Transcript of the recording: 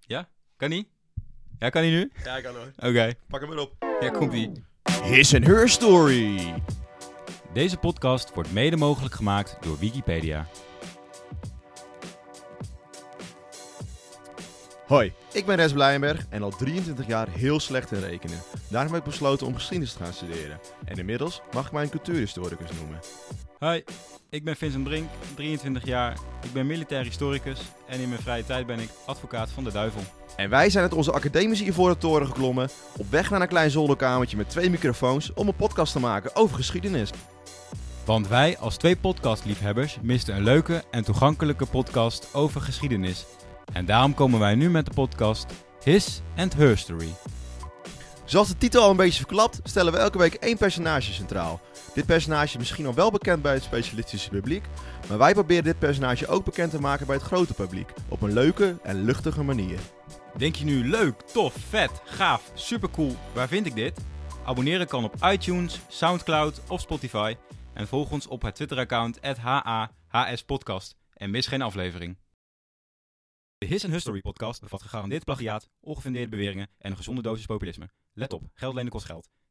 Ja? Kan niet? Ja, kan hij nu? Ja, ik kan hoor. Oké. Pak hem erop. Ja, komt-ie. His and Her Story. Deze podcast wordt mede mogelijk gemaakt door Wikipedia. Hoi, ik ben Res Blijenberg en al 23 jaar heel slecht in rekenen. Daarom heb ik besloten om geschiedenis te gaan studeren. En inmiddels mag ik mij een cultuurhistoricus noemen. Hoi, ik ben Vincent Brink, 23 jaar. Ik ben militair historicus en in mijn vrije tijd ben ik advocaat van de duivel. En wij zijn uit onze academische ivoren toren geklommen, op weg naar een klein zolderkamertje met 2 microfoons om een podcast te maken over geschiedenis. Want wij als 2 podcastliefhebbers misten een leuke en toegankelijke podcast over geschiedenis. En daarom komen wij nu met de podcast His and Her Story. Zoals de titel al een beetje verklapt, stellen we elke week 1 personage centraal. Dit personage is misschien al wel bekend bij het specialistische publiek, maar wij proberen dit personage ook bekend te maken bij het grote publiek, op een leuke en luchtige manier. Denk je nu leuk, tof, vet, gaaf, supercool, waar vind ik dit? Abonneren kan op iTunes, Soundcloud of Spotify. En volg ons op het Twitter-account @HAHSpodcast en mis geen aflevering. De His and Her Story podcast bevat gegarandeerd plagiaat, ongefundeerde beweringen en een gezonde dosis populisme. Let op, geld lenen kost geld.